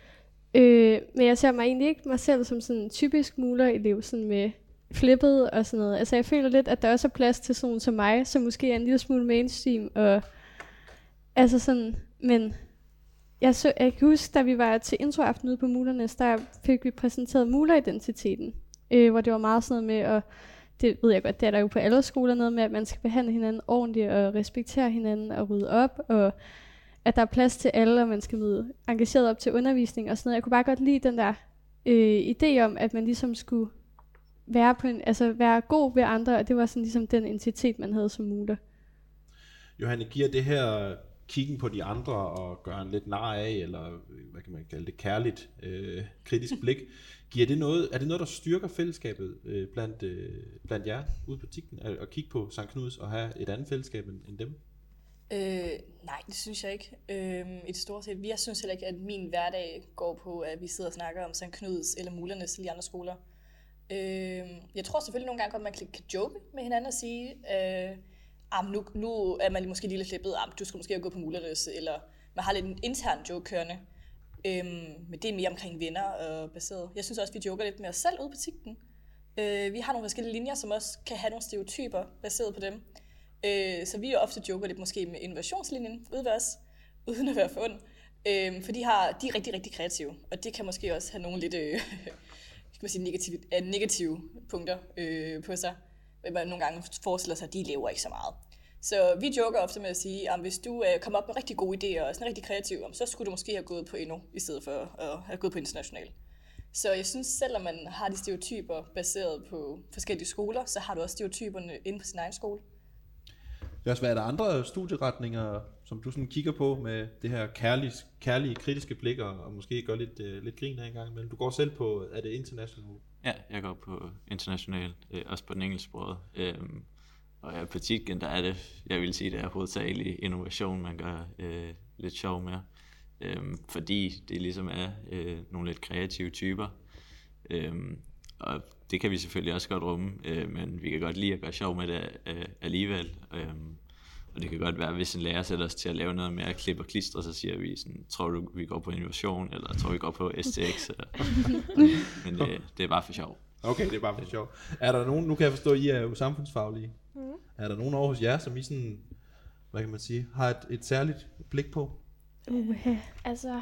Øh, men jeg ser mig egentlig ikke mig selv som sådan en typisk mulerelev, sådan med flippet og sådan noget. Altså jeg føler lidt, at der også er plads til sådan som mig, som måske er en lille smule mainstream, og altså sådan, men jeg, så, jeg kan huske, da vi var til introaften ude på Mulernes, der fik vi præsenteret muleridentiteten, øh, hvor det var meget sådan noget med, og det ved jeg godt, det er der jo på alle skoler, noget med, at man skal behandle hinanden ordentligt, og respektere hinanden, og rydde op, og at der er plads til alle, og man skal møde engageret op til undervisning og sådan noget. Jeg kunne bare godt lide den der øh, idé om, at man ligesom skulle være, på en, altså være god ved andre, og det var sådan ligesom den identitet, man havde som muler. Johanne, giver det her kiggen på de andre og gøre en lidt nar af, eller hvad kan man kalde det, kærligt, øh, kritisk blik, giver det noget, er det noget, der styrker fællesskabet øh, blandt, øh, blandt jer ude på Tikken, at, at kigge på Sankt Knuds og have et andet fællesskab end, end dem? Øh, nej, det synes jeg ikke. Øh, I det store set. Jeg synes heller ikke, at min hverdag går på, at vi sidder og snakker om Sankt Knuds eller Mulernes eller de andre skoler. Øh, jeg tror selvfølgelig nogle gange godt, man kan joke med hinanden og sige, øh, ah, nu, nu er man måske lige lidt flippet, ah, du skulle måske have gået på Mulernes, eller man har lidt en intern joke kørende. Øhm, men det er mere omkring venner og baseret. Jeg synes også, vi joker lidt med os selv ude på Tikken. Øh, vi har nogle forskellige linjer, som også kan have nogle stereotyper baseret på dem. Øh, så vi jo ofte joker lidt måske med innovationslinjen ude ved os, uden at være for ond. Øh, for de, har, de er rigtig, rigtig kreative, og det kan måske også have nogle lidt øh, kan man sige, negative, øh, negative punkter øh, på sig. Man nogle gange forestiller sig, at de lever ikke så meget. Så vi joker ofte med at sige, at hvis du øh, kommer op med rigtig gode idéer og er sådan rigtig kreativ, så skulle du måske have gået på endnu, i stedet for at have gået på international. Så jeg synes, selvom man har de stereotyper baseret på forskellige skoler, så har du også stereotyperne inde på sin egen skole. Det er også, hvad er der andre studieretninger, som du sådan kigger på med det her kærlige, kærlige kritiske blik, og måske gør lidt, uh, lidt grin af en gang imellem? Du går selv på, er det international? Ja, jeg går på international, øh, også på den engelsksprogede. Øhm, og ja, på Tikken, der er det, jeg vil sige, det er hovedsageligt innovation, man gør øh, lidt sjov med. Øhm, fordi det ligesom er øh, nogle lidt kreative typer. Øhm, og det kan vi selvfølgelig også godt rumme, øh, men vi kan godt lide at gøre sjov med det øh, alligevel. Øhm, og det kan godt være, hvis en lærer sætter os til at lave noget mere klip og klistre, så siger vi sådan, tror du vi går på innovation, eller tror vi går på S T X? Men det, det er bare for sjov. Okay, det er bare for sjov. Er der nogen, nu kan jeg forstå, at I er jo samfundsfaglige. Mm. Er der nogen over hos jer, som I sådan, hvad kan man sige, har et, et særligt blik på? Uh, altså,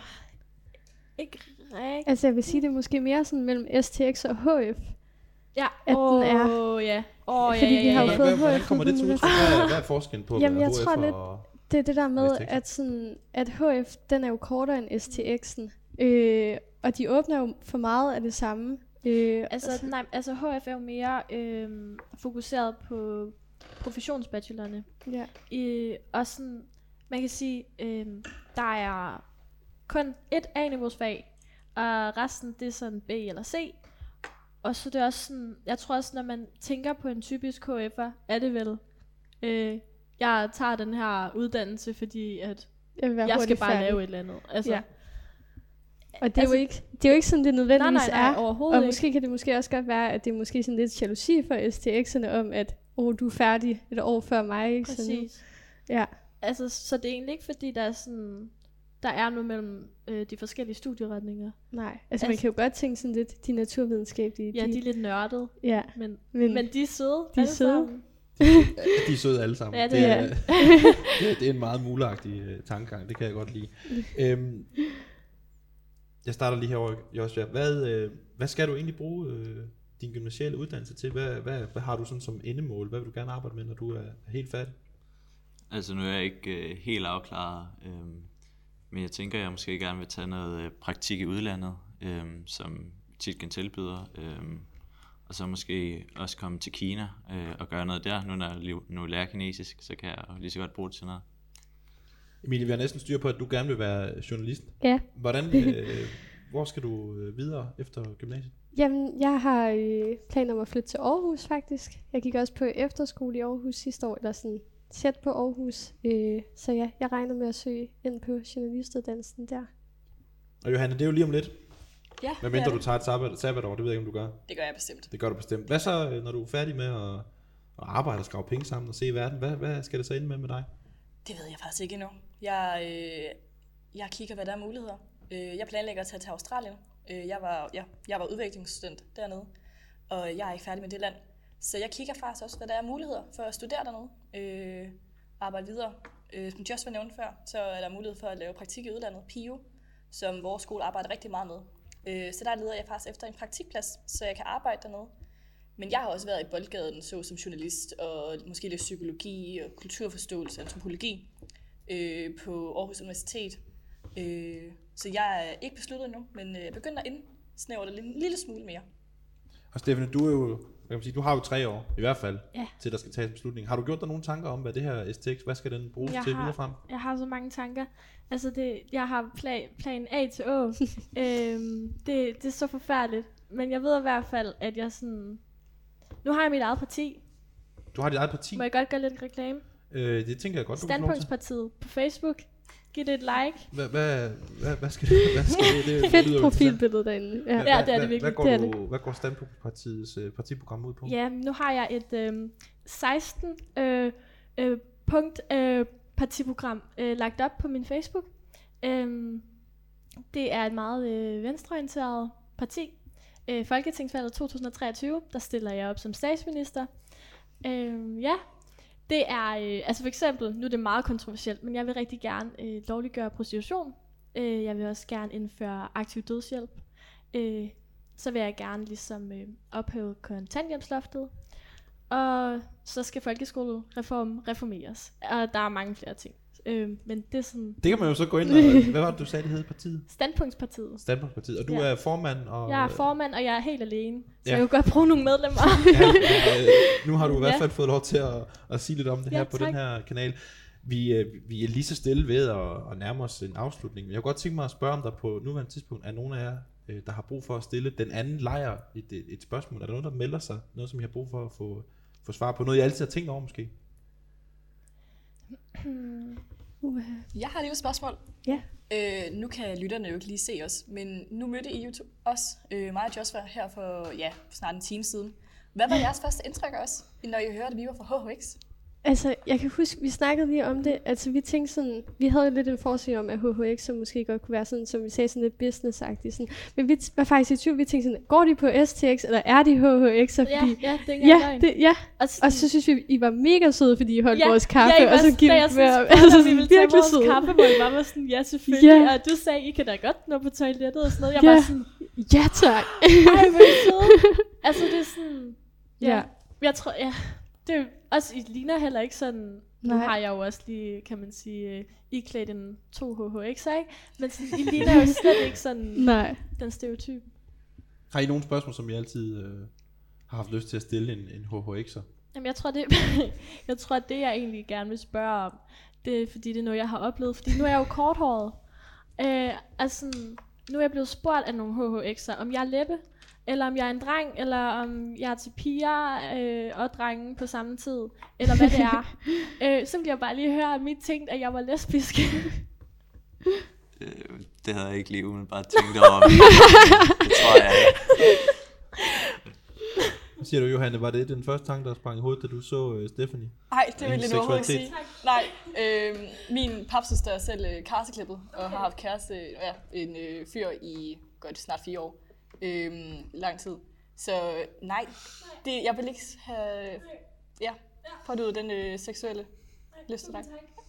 ikke rigtigt. Altså jeg vil sige, det er måske mere sådan mellem S T X og H F. Ja, at oh, den er. ja. Oh, Fordi ja, ja, vi har jo ja, fået Hvordan, hvordan H F kommer det til udtryk? Hvad er, hvad er forskellen på Jamen, jeg H F tror lidt, og... det er det der med, S T X? at, sådan, at H F, den er jo kortere end S T X'en. Øh, og de åbner jo for meget af det samme. Øh, Altså, nej, altså H F er jo mere øh, fokuseret på professionsbachelorerne. Ja. I, og sådan, man kan sige, øh, der er kun et A-niveausfag, og resten det er sådan B eller C. Og så det er også sådan, jeg tror også, når man tænker på en typisk H F'er, er det vel, øh, jeg tager den her uddannelse, fordi at jeg, vil være jeg skal bare færdig. lave et eller andet. Altså, Ja. Og det er, altså, jo ikke, det er jo ikke sådan, det nødvendigvis nej, nej, nej, er. overhovedet Og ikke. måske kan det måske også godt være, at det er måske sådan lidt jalousi for S T X'erne om, at oh, du er færdig et år før mig. Ikke? Så nu, præcis. ja. Altså, så det er egentlig ikke, fordi der er sådan, der er noget mellem øh, de forskellige studieretninger. Nej, altså, Altså- man kan jo godt tænke sådan lidt, de naturvidenskabelige. Ja, de er lidt nørdede, ja. men, Men, men de er søde. de er alle søde. sammen. De er søde alle sammen. Ja, det er, er. det, er, det er en meget muleagtig uh, tankegang, det kan jeg godt lide. øhm, jeg starter lige herovre, Joshua. Hvad, øh, hvad skal du egentlig bruge øh, din gymnasiale uddannelse til? Hvad, hvad, hvad har du sådan som endemål? Hvad vil du gerne arbejde med, når du er helt færdig? Altså nu er jeg ikke øh, helt afklaret, øh, men jeg tænker, at jeg måske gerne vil tage noget øh, praktik i udlandet, øh, som Tikken tilbyder, øh, og så måske også komme til Kina øh, og gøre noget der. Nu når jeg nu lærer kinesisk, så kan jeg jo lige så godt bruge det til noget. Emilie, vi har næsten styr på, at du gerne vil være journalist. Ja. Hvordan, øh, hvor skal du øh, videre efter gymnasiet? Jamen, jeg har øh, planer om at flytte til Aarhus, faktisk. Jeg gik også på efterskole i Aarhus sidste år, eller sådan tæt på Aarhus. Øh, så ja, jeg regner med at søge ind på journalistuddannelsen der. Og Johanne, det er jo lige om lidt. Ja, Hvad mindre du tager et sabbat, sabbatår, det ved jeg ikke, om du gør. Det gør jeg bestemt. Det gør du bestemt. Hvad så, øh, når du er færdig med at, at arbejde og skrave penge sammen og se verden? Hvad, hvad skal det så ind med med dig? Det ved jeg faktisk ikke endnu. Jeg, øh, jeg kigger, hvad der er muligheder. Øh, jeg planlægger at tage til Australien. Øh, jeg, var, ja, jeg var udviklingsstudent dernede, og jeg er ikke færdig med det land. Så jeg kigger faktisk også, hvad der er muligheder for at studere dernede. Øh, arbejde videre. Øh, som Just var nævnt før, så er der mulighed for at lave praktik i udlandet, P I O, som vores skole arbejder rigtig meget med. Øh, så der leder jeg faktisk efter en praktikplads, så jeg kan arbejde dernede. Men jeg har også været i boldgaden, så som journalist, og måske lidt psykologi og kulturforståelse, antropologi øh, på Aarhus Universitet. Øh, så jeg er ikke besluttet endnu, men jeg begynder at indsnævre det en lille smule mere. Og Stephanie, du er jo, hvad kan man sige, du har jo tre år i hvert fald, Ja. til der skal tages en beslutning. Har du gjort dig nogle tanker om, hvad det her S T X, hvad skal den bruges Jeg til har- videre frem? Jeg har så mange tanker. Altså, det, jeg har plan, plan A til Å. øhm, det, det er så forfærdeligt. Men jeg ved i hvert fald, at jeg sådan... Nu har jeg mit eget parti. Du har dit eget parti. Må jeg godt gøre lidt reklame? Øh, det tænker jeg godt, du kan få lov til. Standpunktspartiet på Facebook. Giv det et like. Hvad, hvad, hvad, hvad skal det? Hvad skal det? det lyder Fedt jo profilbillede derinde. Ja. Hvad- Ja, det er det hvad- virkelig. Hvad går, Det er du, hvad går Standpunktpartiets øh, partiprogram ud på? Ja, nu har jeg et øhm, seksten øh, øh, punkt øh, partiprogram øh, lagt op på min Facebook. Øhm, det er et meget øh, venstreorienteret parti. Øh, Folketingsvalget to tusind treogtyve, der stiller jeg op som statsminister. Øhm, ja, det er, øh, altså for eksempel, nu er det meget kontroversielt, men jeg vil rigtig gerne øh, lovliggøre prostitution. Øh, jeg vil også gerne indføre aktiv dødshjælp. Øh, så vil jeg gerne ligesom øh, ophæve kontanthjælpsloftet. Og så skal folkeskolereformen reformeres. Og der er mange flere ting. Øh, men det er sådan Det kan man jo så gå ind og... Hvad var det, du sagde, det hed partiet? standpunktspartiet. Standpunktpartiet. Og du Ja. er formand og... Jeg er formand, og jeg er helt alene. Så Ja. jeg kunne godt bruge nogle medlemmer. ja, øh, nu har du i hvert Ja. fald fået lov til at, at sige lidt om det Ja, her på tak. den her kanal. Vi, øh, vi er lige så stille ved at, at nærme os en afslutning. Men jeg kunne godt tænke mig at spørge, om der på nuværende tidspunkt er nogen af jer, øh, der har brug for at stille den anden lejr et, et, et spørgsmål. Er der nogen, der melder sig? Noget, som I har brug for at få, få svar på? Noget, I altid har tænkt over måske? Uh, Jeg har et lille spørgsmål. Ja. Øh, nu kan lytterne jo ikke lige se os, men nu mødte I jo to- os, øh, mig og Josh var her for ja, snart en time siden. Hvad var jeres første indtryk af os, når I hørte, at vi var fra H H X? Altså, jeg kan huske, vi snakkede lige om det. Altså, vi tænkte sådan, vi havde lidt en forestilling om, at H H X så måske godt kunne være sådan, som vi sagde, sådan lidt business-agtigt. Sådan. Men vi t- var faktisk i tvivl, vi tænkte sådan, går de på S T X, eller er de H H X'er? ja, Fordi, ja, det er ikke ja, engang løgn. det, ja. Og, sådan, Og så synes vi, I var mega søde, fordi I holdt ja, vores kaffe, ja, I og så var- gik da jeg med, sådan spurgte, altså om vi ville tage virkelig vores søde. kaffe, hvor I var, var sådan, ja, selvfølgelig. Ja. Og du sagde, I kan da godt nå på toilettet og sådan noget. Jeg Ja. var sådan, Ja, tak. ej, hvor er I søde. Altså, det er sådan, ja. Ja. Jeg tror, ja, det er jo- også, I ligner heller ikke sådan, nu Nej. har jeg jo også lige, kan man sige, øh, iklædt en to H H X'er, ikke? Men sådan, I ligner jo slet ikke sådan Nej. den stereotype. Har I nogle spørgsmål, som I altid øh, har haft lyst til at stille en, en H H X'er? Jamen, jeg tror, det, jeg tror, at det, jeg egentlig gerne vil spørge om, det er, fordi det er noget, jeg har oplevet. Fordi nu er jeg jo korthåret. Øh, altså, nu er jeg blevet spurgt af nogle H H X'er, om jeg er læbe, eller om jeg er en dreng, eller om jeg er til piger øh, og drenge på samme tid, eller hvad det er. øh, så vil jeg bare lige høre, at mit tænkte, at jeg var lesbisk. Det, det havde jeg ikke lige umiddelbart tænkt over. Men det tror jeg ikke. Hvad siger du, Johanne? Var det den første tanke, der sprang i hovedet, da du så øh, Stephanie? Nej, det vil Ingen jeg nu overhovedet ikke seksualitet. sige. Nej, øh, min papsøster er selv øh, karseklippet, og har haft kæreste, ja, en øh, fyr i godt snart fire år. Øh, lang tid. Så øh, nej, det, jeg vil ikke have ja, pådøvet den øh, seksuelle lyst til dig.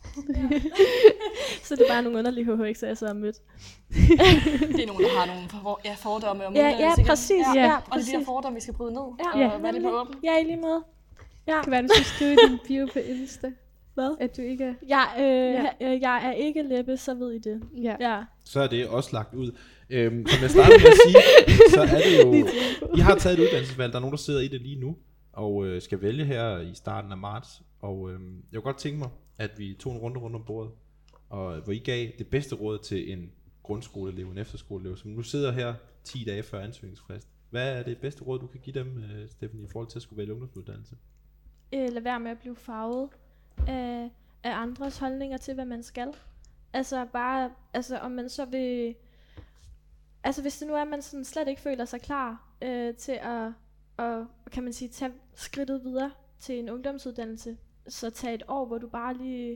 Så det er bare nogle underlige H H X'er, jeg så har mødt. Det er nogen, der har nogle for, ja, fordomme om Ja, uddannelse, ja, ikke? præcis, Ja, ja, og det er de der præcis. fordomme, vi skal bryde ned, Ja, og ja, være lidt nemlig. mere åben. Ja, i lige måde. Ja. Det kan være, du skal skrive i din bio på Insta, Hvad? at du ikke er... Jeg, øh, Ja. ja. øh, jeg er ikke læbe, så ved I det. Ja. Ja. Så er det også lagt ud. Øhm, som jeg startede med at sige, så er det jo... I har taget et uddannelsesvalg, der er nogen, der sidder i det lige nu, og øh, skal vælge her i starten af marts. Og øh, jeg kunne godt tænke mig, at vi tog en runde rundt om bordet, og hvor I gav det bedste råd til en grundskoleelev, en efterskoleelev, som nu sidder her ti dage før ansøgningsfrist. Hvad er det bedste råd, du kan give dem, Stephanie, i forhold til at skulle vælge ungdomsuddannelse? Øh, lad være med at blive farvet af, af andres holdninger til, hvad man skal. Altså bare, altså om man så vil, altså hvis det nu er, at man sådan slet ikke føler sig klar øh, til at, og, kan man sige, tage skridtet videre til en ungdomsuddannelse, så tag et år, hvor du bare lige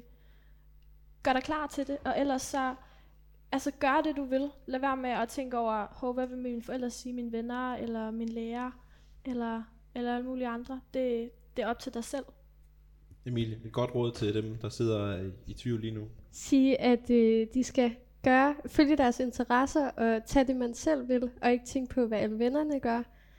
gør dig klar til det, og ellers så, altså gør det du vil. Lad være med at tænke over, hov, hvad vil mine forældre sige, mine venner, eller min lærer, eller, eller alle mulige andre. Det, det er op til dig selv. Emilie, et godt råd til dem, der sidder i, i tvivl lige nu. Sige, at øh, de skal gøre, følge deres interesser, og tage det, man selv vil, og ikke tænke på, hvad alle vennerne gør.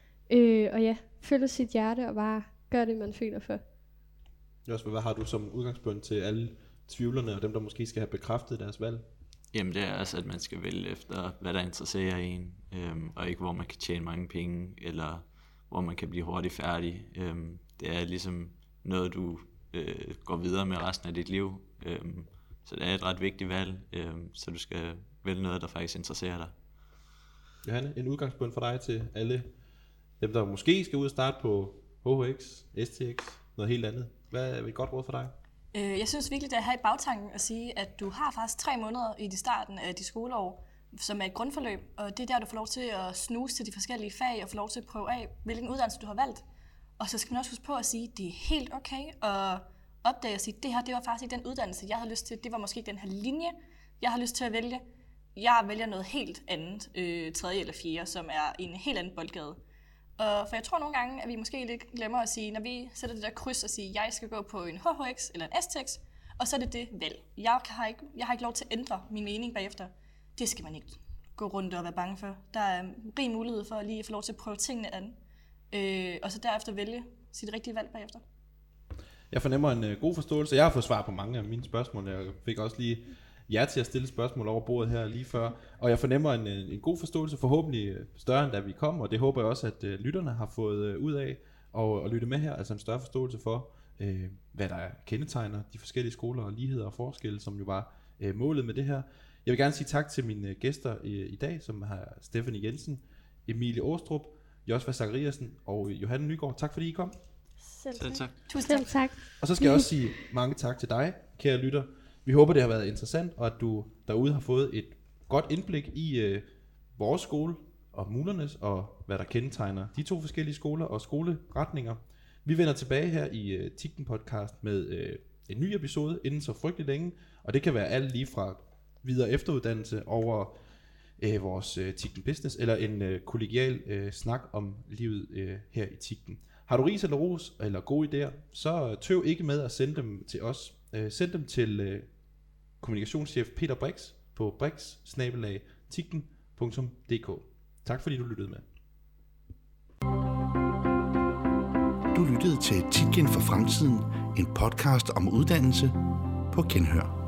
Øh, og ja, følge sit hjerte, og bare gøre det, man føler for. Josper, hvad har du som udgangspunkt til alle tvivlerne, og dem, der måske skal have bekræftet deres valg? Jamen det er altså, at man skal vælge efter, hvad der interesserer en, øhm, og ikke hvor man kan tjene mange penge, eller hvor man kan blive hurtigt færdig. Øhm, det er ligesom noget, du øh, går videre med resten af dit liv. Øhm, så det er et ret vigtigt valg, øhm, så du skal vælge noget, der faktisk interesserer dig. Johanne, en udgangspunkt for dig til alle dem, der måske skal ud og starte på H H X, S T X, noget helt andet. Hvad er et godt råd for dig? Jeg synes virkelig, det er her i bagtanken at sige, at du har faktisk tre måneder i de starten af dit skoleår, som er et grundforløb, og det er der, du får lov til at snuse til de forskellige fag, og få lov til at prøve af, hvilken uddannelse du har valgt. Og så skal man også huske på at sige, at det er helt okay at opdage og sige, at det her, det var faktisk ikke den uddannelse, jeg havde lyst til. Det var måske ikke den her linje, jeg har lyst til at vælge. Jeg vælger noget helt andet, øh, tredje eller fjerde, som er en helt anden boldgade. Og for jeg tror nogle gange, at vi måske lidt glemmer at sige, når vi sætter det der kryds og siger, at jeg skal gå på en H H X eller en S T X, og så er det det valg. Jeg har ikke, jeg har ikke lov til at ændre min mening bagefter. Det skal man ikke gå rundt og være bange for. Der er rig mulighed for lige at få lov til at prøve tingene an, øh, og så derefter vælge sit rigtige valg bagefter. Jeg fornemmer en uh, god forståelse. Jeg har fået svar på mange af mine spørgsmål. Jeg fik også lige jer til at stille spørgsmål over bordet her lige før. Og jeg fornemmer en, en god forståelse, forhåbentlig større end da vi kom, og det håber jeg også, at uh, lytterne har fået uh, ud af og, og lytte med her. Altså en større forståelse for, uh, hvad der kendetegner de forskellige skoler og ligheder og forskelle, som jo var uh, målet med det her. Jeg vil gerne sige tak til mine gæster i, i dag, som har Stephanie Jensen, Emilie Åstrup, Josva Zachariasen og Johanne Nygaard. Tak fordi I kom. Selv tak. tak. Tusind tak. Og så skal jeg også sige mange tak til dig, kære lytter. Vi håber, det har været interessant, og at du derude har fået et godt indblik i øh, vores skole og Mulernes, og hvad der kendetegner de to forskellige skoler og skoleretninger. Vi vender tilbage her i øh, Tikten Podcast med øh, en ny episode inden så frygtelig længe, og det kan være alt lige fra videre efteruddannelse over øh, vores øh, Tikten Business, eller en øh, kollegial øh, snak om livet øh, her i Tikten. Har du ris eller ros eller gode idéer, så tøv ikke med at sende dem til os. Uh, send dem til uh, kommunikationschef Peter Brix på brix bindestreg tikten punktum d k. Tak fordi du lyttede med. Du lyttede til Tikten for fremtiden, en podcast om uddannelse på Genhør.